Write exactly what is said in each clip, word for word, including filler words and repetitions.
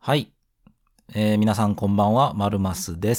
はい、えー、皆さんこんばんは、マルマスです。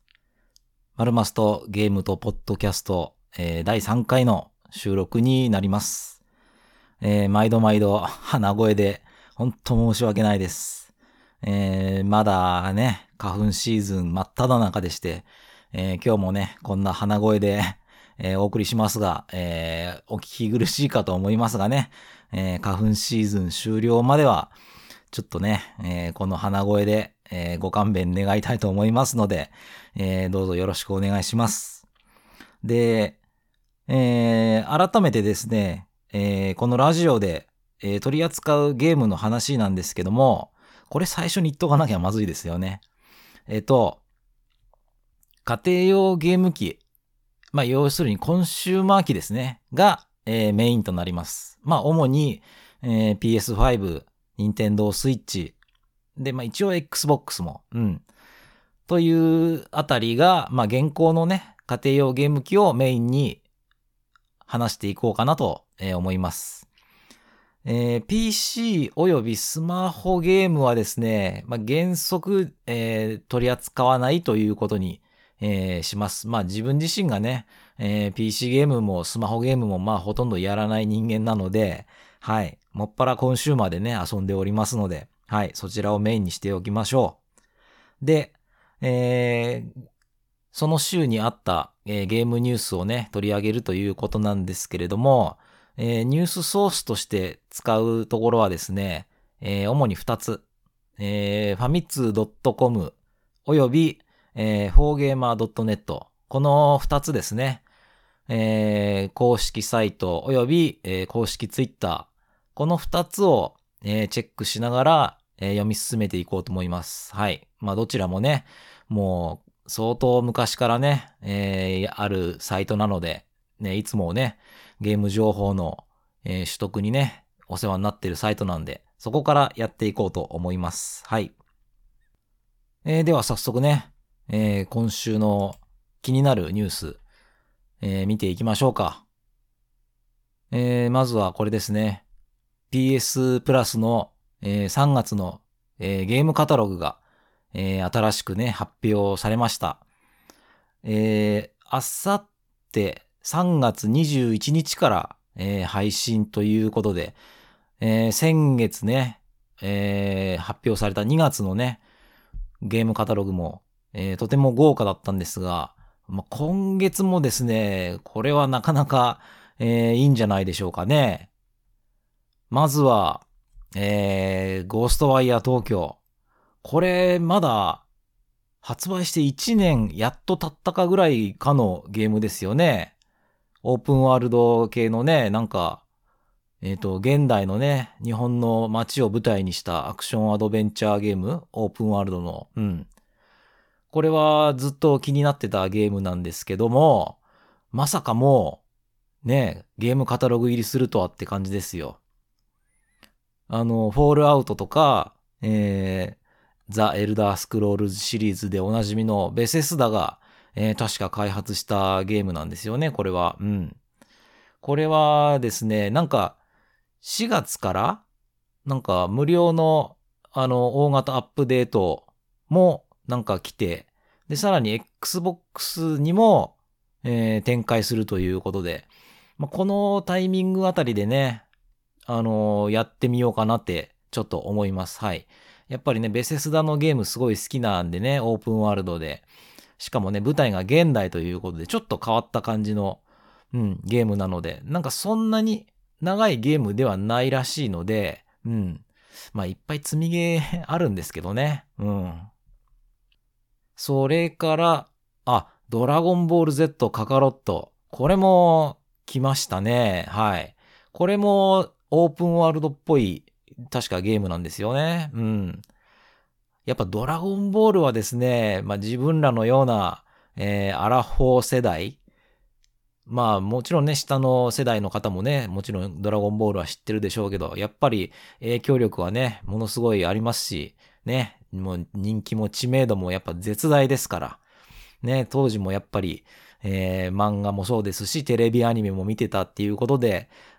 マルマスとゲームとポッドキャスト、えー、だいさんかいの収録になります。えー、毎度毎度鼻声で本当申し訳ないです。えー、まだね、花粉シーズン真っ只中でして、えー、今日もね、こんな鼻声で、えー、お送りしますが、えー、お聞き苦しいかと思いますがね、えー、花粉シーズン終了までは、ちょっとね、えー、この鼻声で、えー、ご勘弁願いたいと思いますので、えー、どうぞよろしくお願いします。で、えー、改めてですね、えー、このラジオで、えー、取り扱うゲームの話なんですけども、これ最初に言っとかなきゃまずいですよね。えっと、家庭用ゲーム機、まあ、要するにコンシューマー機ですね、が、えー、メインとなります。まあ、主に、えー、ピーエスファイブ、Nintendo Switch、で、まあ一応 Xbox も、うん。というあたりが、まあ現行のね、家庭用ゲーム機をメインに話していこうかなと思います。えー、ピーシー およびスマホゲームはですね、まあ原則、えー、取り扱わないということに、えー、します。まあ自分自身がね、えー、ピーシー ゲームもスマホゲームもまあほとんどやらない人間なので、はい。もっぱらコンシューマーでね、遊んでおりますので、はい。そちらをメインにしておきましょう。で、えー、その週にあった、えー、ゲームニュースをね、取り上げるということなんですけれども、えー、ニュースソースとして使うところはですね、えー、主にふたつ。えー、ファミツー .com および、えー、フォーゲーマー ドットネット。このふたつですね。えー、公式サイトおよび、えー、公式ツイッター。このふたつを、えー、チェックしながら、えー、読み進めていこうと思います。はい。まあどちらもね、もう相当昔からね、えー、あるサイトなので、ね、いつもね、ゲーム情報の、えー、取得にね、お世話になっているサイトなんで、そこからやっていこうと思います。はい。えー、では早速ね、えー、今週の気になるニュース、えー、見ていきましょうか。えー、まずはこれですね。ピーエス プラスの、えー、さんがつの、えー、ゲームカタログが、えー、新しくね、発表されました。えー、あさってさんがつにじゅういちにちから、えー、配信ということで、えー、先月ね、えー、発表されたにがつのね、ゲームカタログも、えー、とても豪華だったんですが、まあ、今月もですね、これはなかなか、えー、いいんじゃないでしょうかね。まずは、えー、ゴーストワイヤー東京。これ、まだ、発売していちねんやっと経ったかぐらいかのゲームですよね。オープンワールド系のね、なんか、えっと、現代のね、日本の街を舞台にしたアクションアドベンチャーゲーム、オープンワールドの、うん。これはずっと気になってたゲームなんですけども、まさかもう、ね、ゲームカタログ入りするとはって感じですよ。あの、フォールアウトとか、えー、ザ・エルダースクロールズシリーズでおなじみのベセスダが、えー、確か開発したゲームなんですよね、これは。うん。これはですね、なんか、しがつから、なんか無料の、あの、大型アップデートもなんか来て、で、さらに Xbox にも、えー展開するということで、まあ、このタイミングあたりでね、あのーやってみようかなってちょっと思います。はい。やっぱりね、ベセスダのゲームすごい好きなんでね、オープンワールドで。しかもね、舞台が現代ということで、ちょっと変わった感じの、うん、ゲームなので、なんかそんなに長いゲームではないらしいので、うん。まあ、いっぱい積みゲーあるんですけどね。うん。それから、あ、ドラゴンボール Z カカロット。これも来ましたね。はい。これもオープンワールドっぽい、確かゲームなんですよね。うん。やっぱドラゴンボールはですね、まあ自分らのような、えー、アラフォー世代。まあもちろんね、下の世代の方もね、もちろんドラゴンボールは知ってるでしょうけど、やっぱり影響力はね、ものすごいありますし、ね、もう人気も知名度もやっぱ絶大ですから。ね、当時もやっぱり、えー、漫画もそうですし、テレビアニメも見てたっていうことで、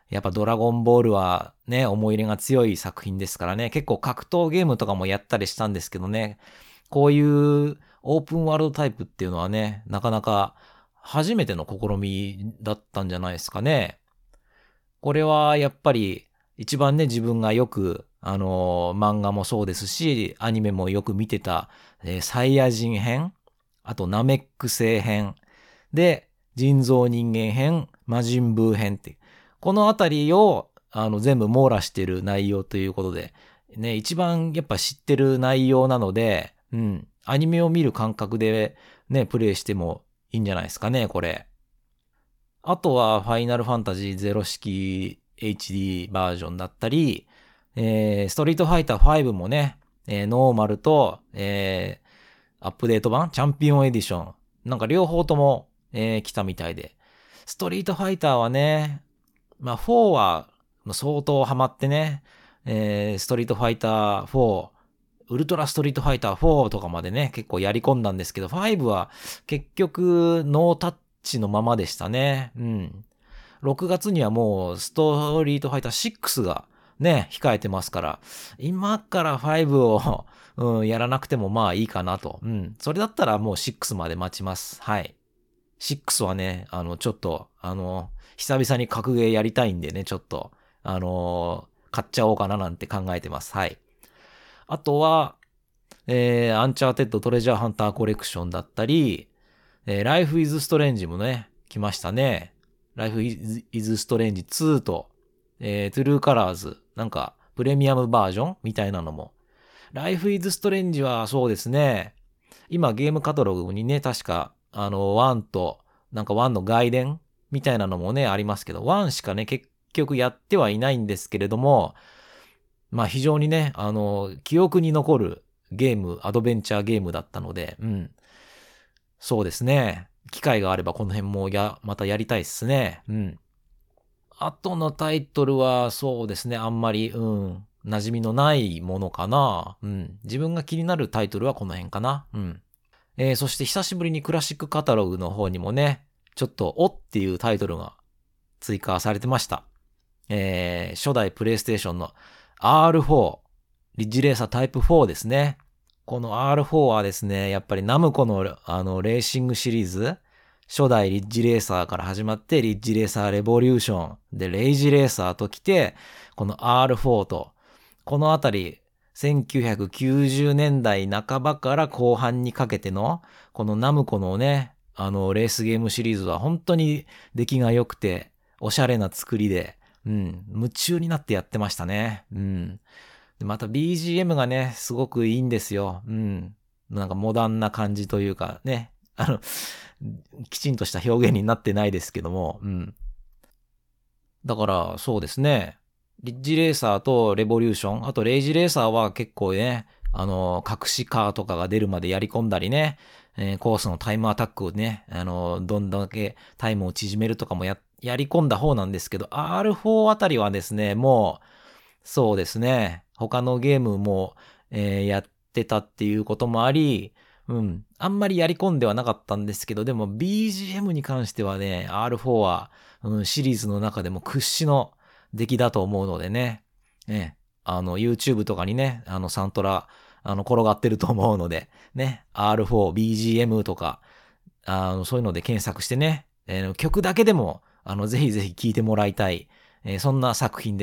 やっぱドラゴンボールはね、思い入れが強い作品ですからね、結構格闘ゲームとかもやったりしたんですけどね、こういうオープンワールドタイプっていうのはね、なかなか初めての試みだったんじゃないですかね。これはやっぱり一番ね、自分がよく、あのー漫画もそうですし、アニメもよく見てた、えーサイヤ人編、あとナメック星編、で、人造人間編、魔人ブー編って、このあたりを、あの、全部網羅してる内容ということで、ね、一番やっぱ知ってる内容なので、うん、アニメを見る感覚でね、プレイしてもいいんじゃないですかね、これ。あとは、ファイナルファンタジーゼロ式 エイチディー バージョンだったり、えー、ストリートファイターファイブもね、えー、ノーマルと、えー、アップデート版チャンピオンエディション。なんか両方とも、えー、来たみたいで。ストリートファイターはね、まあ、フォーは相当ハマってね、えー、ストリートファイターフォー、ウルトラストリートファイターフォーとかまでね、結構やり込んだんですけど、ファイブは結局ノータッチのままでしたね。うん。ろくがつにはもうストリートファイターシックスがね、控えてますから、今からファイブを、うん、やらなくてもまあいいかなと。うん。それだったらもうシックスまで待ちます。はい。シックスはね、あの、ちょっと、あの、久々に格ゲーやりたいんでね、ちょっと、あの買っちゃおうかななんて考えてます。はい。あとは、えー、アンチャーテッドトレジャーハンターコレクションだったり、えー、ライフイズストレンジもね、来ましたね。ライフイズストレンジツーと、えー、トゥルーカラーズ、なんか、プレミアムバージョンみたいなのも。ライフイズストレンジはそうですね、今ゲームカタログにね、確か、あの、ワンと、なんかワンの外伝みたいなのもね、ありますけど、ワンしかね、結局やってはいないんですけれども、まあ非常にね、あの、記憶に残るゲーム、アドベンチャーゲームだったので、うん。そうですね。機会があればこの辺もや、またやりたいっすね。うん。あとのタイトルは、そうですね、あんまり、うん、馴染みのないものかな。うん。自分が気になるタイトルはこの辺かな。うん。えー、そして久しぶりにクラシックカタログの方にもね、ちょっと、おっていうタイトルが追加されてました。えー、初代プレイステーションの アールフォー、リッジレーサータイプフォーですね。この アールフォー はですね、やっぱりナムコのあのレーシングシリーズ、初代リッジレーサーから始まってリッジレーサーレボリューションでレイジレーサーと来て、この アールフォー と、このあたりせんきゅうひゃくきゅうじゅうねんだいなかばから後半にかけてのこのナムコのね、あのレースゲームシリーズは本当に出来が良くておしゃれな作りで、うん、夢中になってやってましたね。うん。でまた ビージーエム がね、すごくいいんですよ。うん。なんかモダンな感じというかね、あの、きちんとした表現になってないですけども、うん。だからそうですね、リッジレーサーとレボリューション、あとレイジレーサーは結構ね、あの、隠しカーとかが出るまでやり込んだりね、えーコースのタイムアタックをね、あの、どんだけタイムを縮めるとかもや、やり込んだ方なんですけど、アールフォー あたりはですね、もう、そうですね。他のゲームも、えーやってたっていうこともあり、うん。あんまりやり込んではなかったんですけど、でも ビージーエム に関してはね、アールフォー は、うん、シリーズの中でも屈指の出来だと思うのでね。ね。あの、YouTube とかにね、あの、サントラ、あの、転がってると思うので、ね。アールフォー、ビージーエム とか、あの、そういうので検索してね、えー曲だけでも、あの、ぜひぜひ聴いてもらいたい、えーそんな作品です。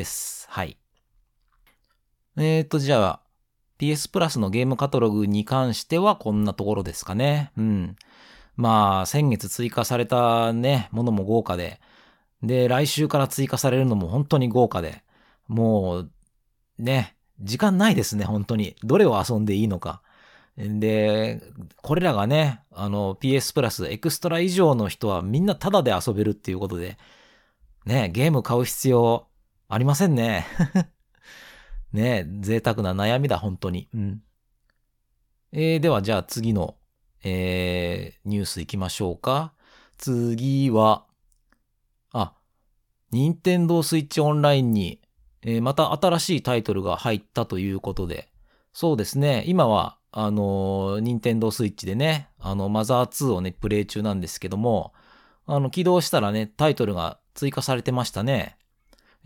はい。えーと、じゃあ、ピーエス プラスのゲームカタログに関してはこんなところですかね。うん。まあ、先月追加されたね、ものも豪華で、で、来週から追加されるのも本当に豪華で、もう、ね、時間ないですね、本当に。どれを遊んでいいのか。で、これらがね、あの、ピーエス プラスエクストラ以上の人はみんなタダで遊べるっていうことで、ね、ゲーム買う必要ありませんね。ね、贅沢な悩みだ、本当に。うん。えー、では、じゃあ次の、えー、ニュース行きましょうか。次は、あ、任天堂スイッチオンラインに、えーまた新しいタイトルが入ったということで、そうですね、今は、あのー、任天堂スイッチでね、あの、マザーツーをね、プレイ中なんですけども、あの、起動したらね、タイトルが追加されてましたね。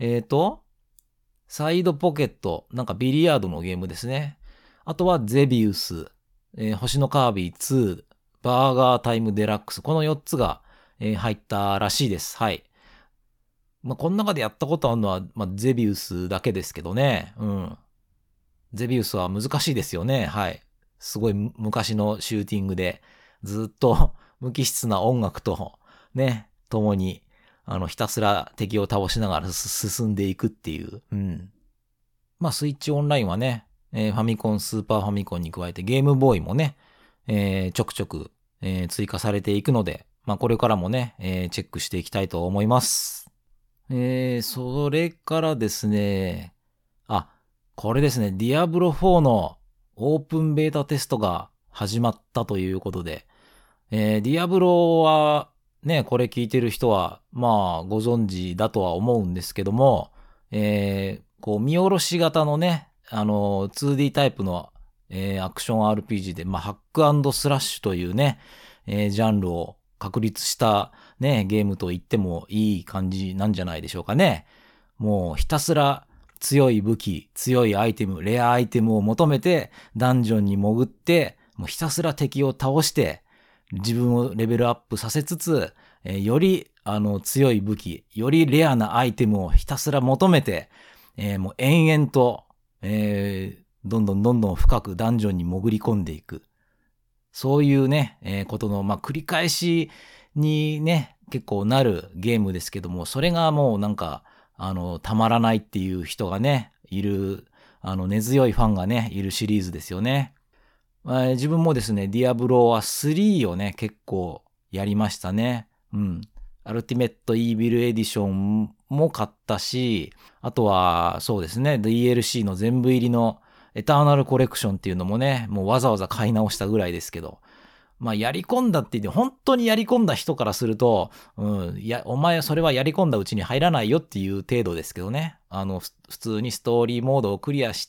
えーと、サイドポケット、なんかビリヤードのゲームですね。あとはゼビウス、えー星のカービィツー、バーガータイムデラックス。このよっつが、えー入ったらしいです。はい。まあ、この中でやったことあるのは、まあ、ゼビウスだけですけどね。うん。ゼビウスは難しいですよね。はい。すごい昔のシューティングで、ずっと無機質な音楽と、ね、共に、あの、ひたすら敵を倒しながら進んでいくっていう。うん。まあ、スイッチオンラインはね、えーファミコン、スーパーファミコンに加えてゲームボーイもね、えーちょくちょく、えー追加されていくので、まあ、これからもね、えーチェックしていきたいと思います。えー、それからですね、あ、これですね、ディアブロフォーのオープンベータテストが始まったということで、えーディアブロはね、これ聞いてる人は、まあ、ご存知だとは思うんですけども、えーこう、見下ろし型のね、あの、ツーディー タイプの、えーアクション アールピージー で、まあ、ハック&スラッシュというね、えージャンルを確立したね、ゲームと言ってもいい感じなんじゃないでしょうかね。もうひたすら強い武器、強いアイテム、レアアイテムを求めてダンジョンに潜って、もうひたすら敵を倒して、自分をレベルアップさせつつ、えーよりあの強い武器、よりレアなアイテムをひたすら求めて、えーもう延々と、えーどんどんどんどん深くダンジョンに潜り込んでいく。そういうね、えーことの、まあ、繰り返しにね、結構なるゲームですけども、それがもうなんか、あの、たまらないっていう人がね、いる、あの、根強いファンがね、いるシリーズですよね。えー自分もですね、ディアブロはスリーをね、結構やりましたね。うん。アルティメットイービルエディションも買ったし、あとは、そうですね、ディーエルシー の全部入りのエターナルコレクションっていうのもね、もうわざわざ買い直したぐらいですけど、まあ、やり込んだって言って、本当にやり込んだ人からすると、うん、いや、お前それはやり込んだうちに入らないよっていう程度ですけどね。あの、ふ普通にストーリーモードをクリアして、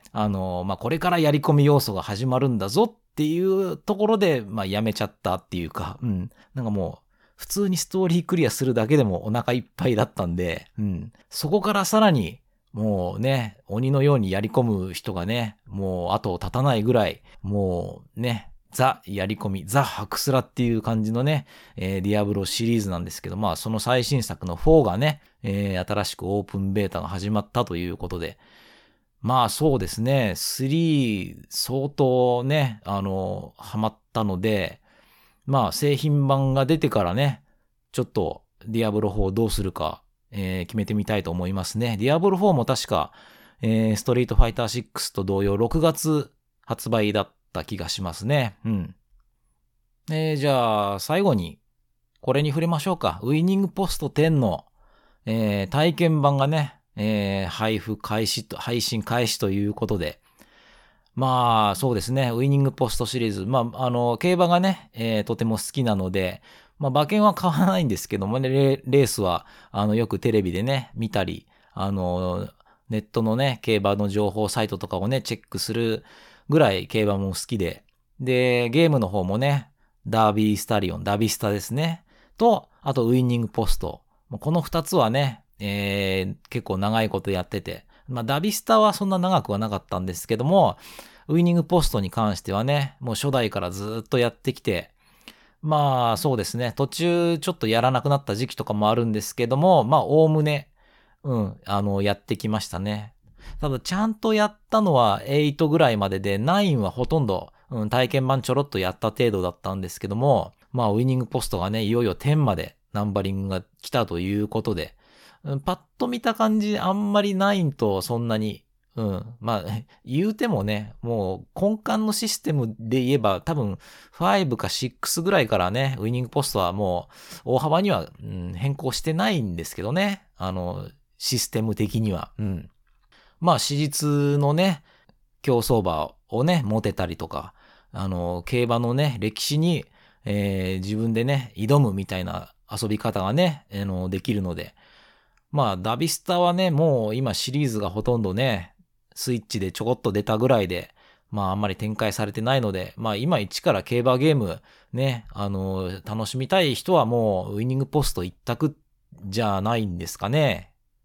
あの、まあ、これからやり込み要素が始まるんだぞっていうところで、まあ、やめちゃったっていうか、うん。なんかもう、普通にストーリークリアするだけでもお腹いっぱいだったんで、うん。そこからさらに、もうね、鬼のようにやり込む人がね、もう後を絶たないぐらい、もうね、ザ・やり込み、ザ・ハクスラっていう感じのね、えーディアブロシリーズなんですけど、まあその最新作のフォーがね、えー新しくオープンベータが始まったということで、まあそうですね、スリー相当ね、あの、ハマったので、まあ製品版が出てからね、ちょっとディアブロフォーどうするか、えー決めてみたいと思いますね。ディアブロフォーも確か、えーストリートファイターシックスと同様ろくがつ発売だった気がしますね。うん。えーじゃあ最後にこれに触れましょうか。ウイニングポストテンの、えー体験版がね、えー配布開始と、配信開始ということで、まあ、そうですね。ウイニングポストシリーズ。まあ、あの、競馬がね、えーとても好きなので、まあ、馬券は買わないんですけどもね、レレースは、あの、よくテレビでね、見たり、あの、ネットのね、競馬の情報サイトとかをね、チェックするぐらい競馬も好きで、で、ゲームの方もね、ダービースタリオン、ダビスタですね。と、あとウイニングポスト。この二つはね、えー結構長いことやってて、まあ、ダビスタはそんな長くはなかったんですけども、ウイニングポストに関してはね、もう初代からずっとやってきて、まあそうですね、途中ちょっとやらなくなった時期とかもあるんですけども、まあおおむね、うん、あの、やってきましたね。ただちゃんとやったのははちぐらいまでで、きゅうはほとんど、うん、体験版ちょろっとやった程度だったんですけども、まあウイニングポストがね、いよいよじゅうまでナンバリングが来たということで、うんパッと見た感じ、あんまりきゅうとそんなに、うん。まあ、言うてもね、もう根幹のシステムで言えば多分ごかろくぐらいからね、ウイニングポストはもう大幅には、うん、変更してないんですけどね。あの、システム的には。うん。まあ、史実のね、競走馬をね、持てたりとか、あの、競馬のね、歴史に、えー自分でね、挑むみたいな遊び方がね、あの、できるので、まあ、ダビスタはね、もう今シリーズがほとんどね、スイッチでちょこっと出たぐらいで、まああんまり展開されてないので、まあ今一から競馬ゲームね、あの、楽しみたい人はもうウイニングポスト一択じゃないんですかね。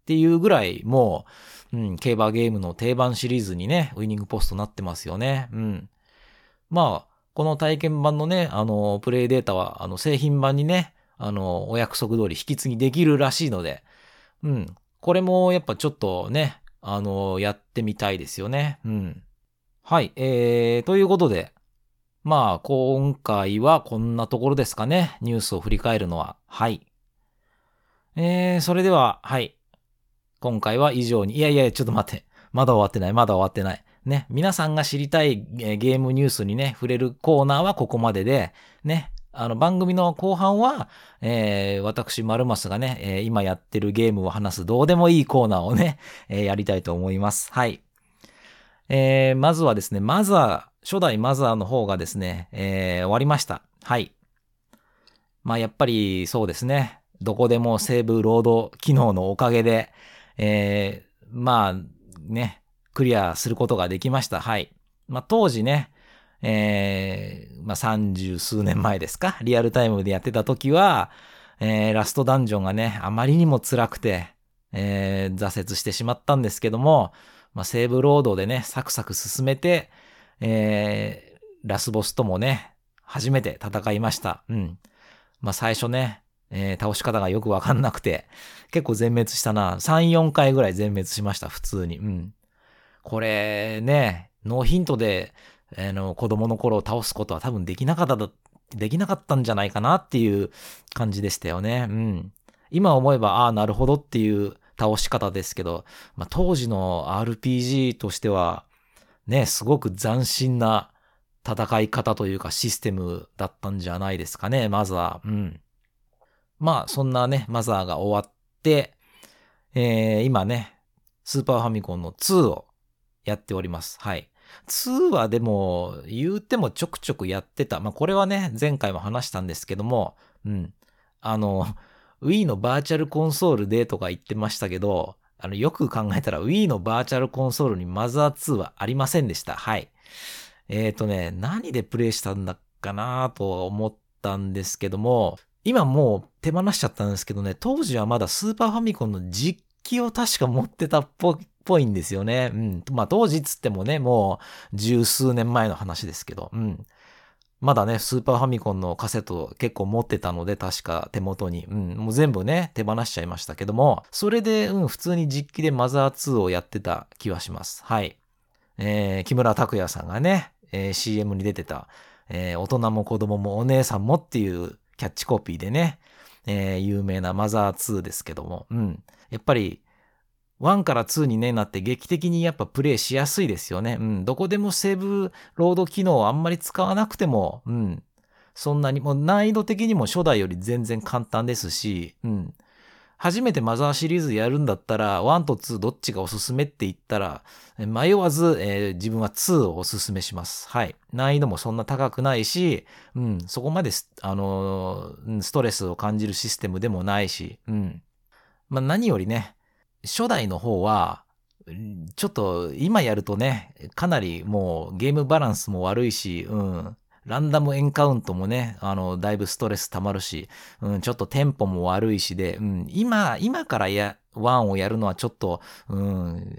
っていうぐらいもう、うん、競馬ゲームの定番シリーズにね、ウイニングポストなってますよね。うん。まあ、この体験版のね、あの、プレイデータは、あの、製品版にね、あの、お約束通り引き継ぎできるらしいので、うん。これもやっぱちょっとね、あの、やってみたいですよね。うん。はい。えー、ということで、まあ、今回はこんなところですかね。ニュースを振り返るのは。はい。えー、それでは、はい。今回は以上に、いやいや、ちょっと待って。まだ終わってない、まだ終わってない。ね。皆さんが知りたいゲームニュースにね、触れるコーナーはここまでで、ね。あの、番組の後半は、えー、私、マルマスがね、えー、今やってるゲームを話すどうでもいいコーナーをね、えー、やりたいと思います。はい。えー、まずはですね、マザー、初代マザーの方がですね、えー、終わりました。はい。まあ、やっぱりそうですね。どこでもセーブロード機能のおかげで、えー、まあ、ね、クリアすることができました。はい。まあ、当時ね、えー、まあ、三十数年前ですか。リアルタイムでやってた時は、えー、ラストダンジョンがね、あまりにも辛くて、えー、挫折してしまったんですけども、まあ、セーブロードでね、サクサク進めて、えー、ラスボスともね、初めて戦いました。うん。まあ、最初ね、えー、倒し方がよくわかんなくて、結構全滅したな。さん、よんかいぐらい全滅しました、普通に。うん。これね、ノーヒントで、あの、子供の頃を倒すことは多分できなかっただ、できなかったんじゃないかなっていう感じでしたよね。うん。今思えば、ああ、なるほどっていう倒し方ですけど、まあ、当時の アールピージー としては、ね、すごく斬新な戦い方というかシステムだったんじゃないですかね、マザー。うん。まあ、そんなね、マザーが終わって、えー、今ね、スーパーファミコンのツーをやっております。はい。ツーはでも、言うてもちょくちょくやってた。まあ、これはね、前回も話したんですけども、うん。あの、Wii のバーチャルコンソールでとか言ってましたけど、あの、よく考えたら Wii のバーチャルコンソールにマザーツーはありませんでした。はい。えっとね、何でプレイしたんだかなと思ったんですけども、今もう手放しちゃったんですけどね、当時はまだスーパーファミコンの実機を確か持ってたっぽぽいんですよね。うん。まあ当時っつってもね、もう十数年前の話ですけど、うん。まだね、スーパーファミコンのカセット結構持ってたので、確か手元に。うん。もう全部ね、手放しちゃいましたけども、それで、うん、普通に実機でマザーツーをやってた気はします。はい。えー、木村拓哉さんがね、えー、シーエム に出てた、えー、大人も子供もお姉さんもっていうキャッチコピーでね、えー、有名なマザーツーですけども、うん。やっぱり、ワンからツーにね、なって劇的にやっぱプレイしやすいですよね。うん。どこでもセーブロード機能をあんまり使わなくても、うん。そんなに、もう難易度的にも初代より全然簡単ですし、うん。初めてマザーシリーズやるんだったら、ワンとツーどっちがおすすめって言ったら、迷わず、えー、自分はツーをおすすめします。はい。難易度もそんな高くないし、うん、そこまでス、あのー、ストレスを感じるシステムでもないし、うん。まあ、何よりね、初代の方は、ちょっと今やるとね、かなりもうゲームバランスも悪いし、うん。ランダムエンカウントもね、あの、だいぶストレス溜まるし、うん、ちょっとテンポも悪いしで、うん、今、今からや、ワンをやるのはちょっと、うん、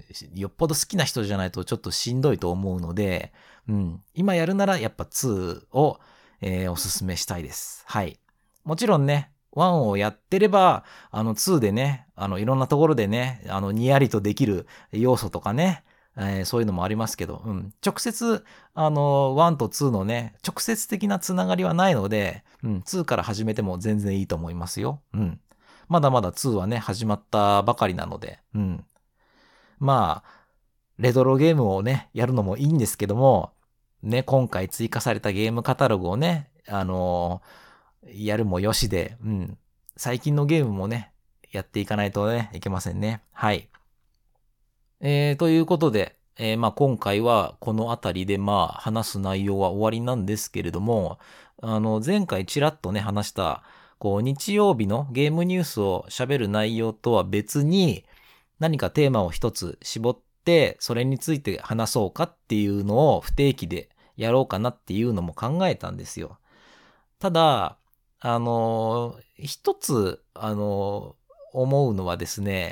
よっぽど好きな人じゃないとちょっとしんどいと思うので、うん、今やるならやっぱツーを、えーおすすめしたいです。はい。もちろんね、ワンをやってれば、あの、ツーでね、あの、いろんなところでね、あの、にやりとできる要素とかね、えーそういうのもありますけど、うん。直接、あの、ワンとツーのね、直接的なつながりはないので、うん、ツーから始めても全然いいと思いますよ。うん。まだまだツーはね、始まったばかりなので、うん。まあ、レトロゲームをね、やるのもいいんですけども、ね、今回追加されたゲームカタログをね、あのーやるもよしで、うん。最近のゲームもね、やっていかないとね、いけませんね。はい。えー、ということで、えー、まあ今回はこのあたりでまあ話す内容は終わりなんですけれども、あの前回ちらっとね話した、こう日曜日のゲームニュースを喋る内容とは別に何かテーマを一つ絞ってそれについて話そうかっていうのを不定期でやろうかなっていうのも考えたんですよ。ただ、あの、一つ、あの、思うのはですね、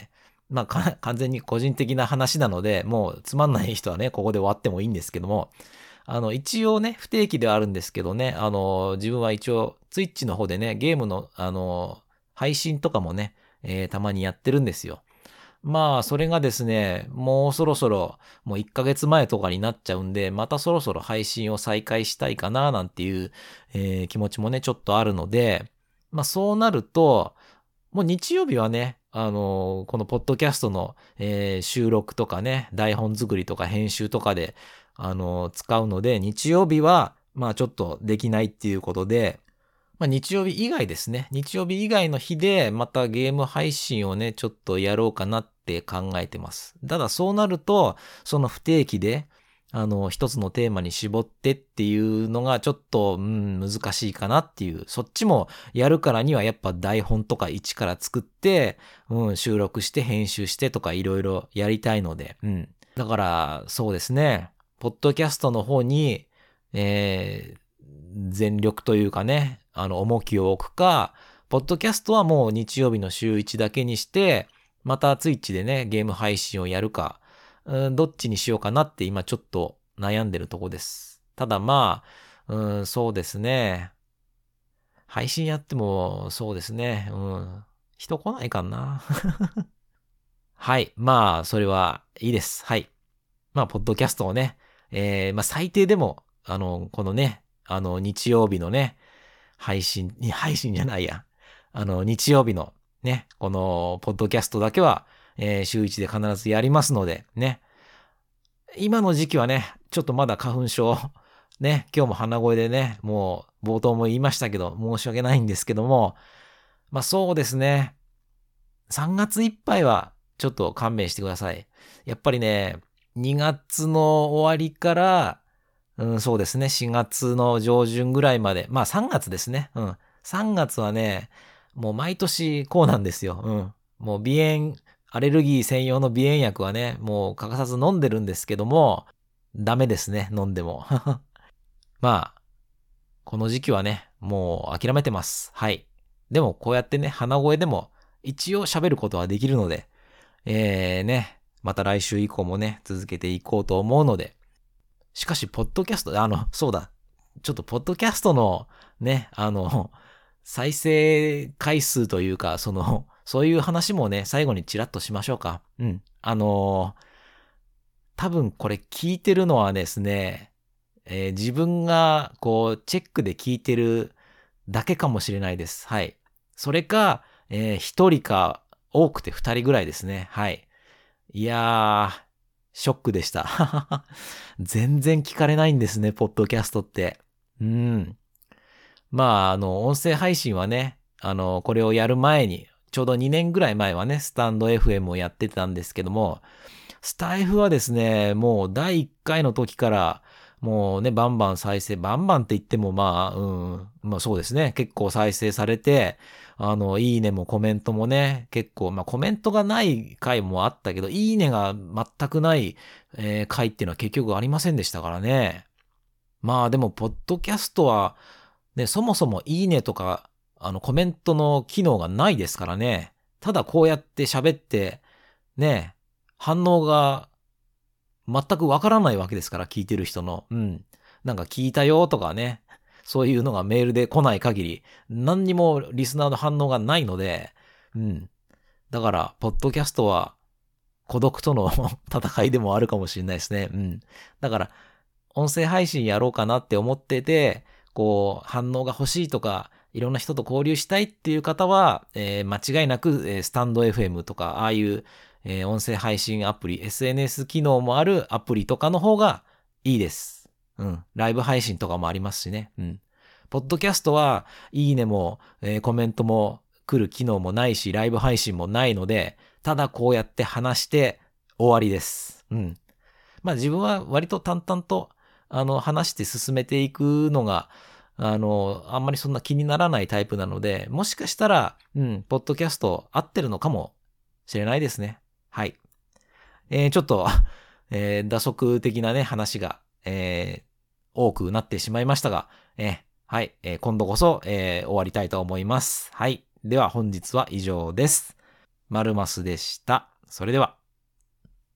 まあか完全に個人的な話なので、もうつまんない人はね、ここで終わってもいいんですけども、あの、一応ね、不定期ではあるんですけどね、あの、自分は一応、ツイッチの方でね、ゲームの、あの、配信とかもね、えーたまにやってるんですよ。まあ、それがですね、もうそろそろ、もういっかげつまえとかになっちゃうんで、またそろそろ配信を再開したいかな、なんていう、えー気持ちもね、ちょっとあるので、まあそうなると、もう日曜日はね、あのーこのポッドキャストの、えー収録とかね、台本作りとか編集とかで、あのー使うので、日曜日は、まあちょっとできないっていうことで、まあ日曜日以外ですね。日曜日以外の日で、またゲーム配信をね、ちょっとやろうかなって考えてます。ただそうなると、その不定期で、あの、一つのテーマに絞ってっていうのがちょっと、うん、難しいかなっていう。そっちもやるからにはやっぱ台本とか一から作って、うん、収録して編集してとかいろいろやりたいので、うん。だから、そうですね。ポッドキャストの方に、えー全力というかね、あの、重きを置くか、ポッドキャストはもう日曜日の週いちだけにして、またツイッチでね、ゲーム配信をやるか、うん、どっちにしようかなって今ちょっと悩んでるとこです。ただまあ、うん、そうですね。配信やっても、そうですね。うん、人来ないかな。はい。まあ、それはいいです。はい。まあ、ポッドキャストをね、えー、まあ、最低でも、あの、このね、あの、日曜日のね、配信、に配信じゃないや。あの、日曜日のね、この、ポッドキャストだけは、えー、週いちで必ずやりますので、ね。今の時期はね、ちょっとまだ花粉症、ね、今日も鼻声でね、もう、冒頭も言いましたけど、申し訳ないんですけども、まあそうですね。さんがついっぱいは、ちょっと勘弁してください。やっぱりね、にがつの終わりから、うん、そうですね。しがつの上旬ぐらいまで。まあさんがつですね。うん。さんがつはね、もう毎年こうなんですよ。うん。もう鼻炎、アレルギー専用の鼻炎薬はね、もう欠かさず飲んでるんですけども、ダメですね。飲んでも。まあ、この時期はね、もう諦めてます。はい。でもこうやってね、鼻声でも一応喋ることはできるので、えーね、また来週以降もね、続けていこうと思うので、しかし、ポッドキャスト、あの、そうだ。ちょっと、ポッドキャストの、ね、あの、再生回数というか、その、そういう話もね、最後にチラッとしましょうか。うん。あの、多分これ聞いてるのはですね、えー自分が、こう、チェックで聞いてるだけかもしれないです。はい。それか、えー一人か、多くて二人ぐらいですね。はい。いやー、ショックでした。全然聞かれないんですね、ポッドキャストって。うん。まあ、あの、音声配信はね、あの、これをやる前に、ちょうどにねんぐらい前はね、スタンド エフエム をやってたんですけども、スタイフはですね、もうだいいっかいの時から、もうね、バンバン再生、バンバンって言ってもまあ、うん、まあそうですね、結構再生されて、あの、いいねもコメントもね、結構、まあコメントがない回もあったけど、いいねが全くない、えー回っていうのは結局ありませんでしたからね。まあでも、ポッドキャストは、ね、そもそもいいねとか、あの、コメントの機能がないですからね。ただこうやって喋って、ね、反応が全くわからないわけですから、聞いてる人の。うん。なんか聞いたよとかね。そういうのがメールで来ない限り、何にもリスナーの反応がないので、うん。だから、ポッドキャストは孤独との戦いでもあるかもしれないですね。うん。だから、音声配信やろうかなって思ってて、こう、反応が欲しいとか、いろんな人と交流したいっていう方は、えー間違いなく、えースタンド エフエム とか、ああいう、えー音声配信アプリ、エスエヌエス 機能もあるアプリとかの方がいいです。うん。ライブ配信とかもありますしね。うん。ポッドキャストは、いいねも、えーコメントも来る機能もないし、ライブ配信もないので、ただこうやって話して終わりです。うん。まあ自分は割と淡々とあの、話して進めていくのが、あの、あんまりそんな気にならないタイプなので、もしかしたら、うん、ポッドキャスト合ってるのかもしれないですね。はい。えー、ちょっと、えー、打足的なね、話が、えー、多くなってしまいましたが、えー、はい、えー、今度こそ、えー、終わりたいと思います。はい。では本日は以上です。マルマスでした。 それでは。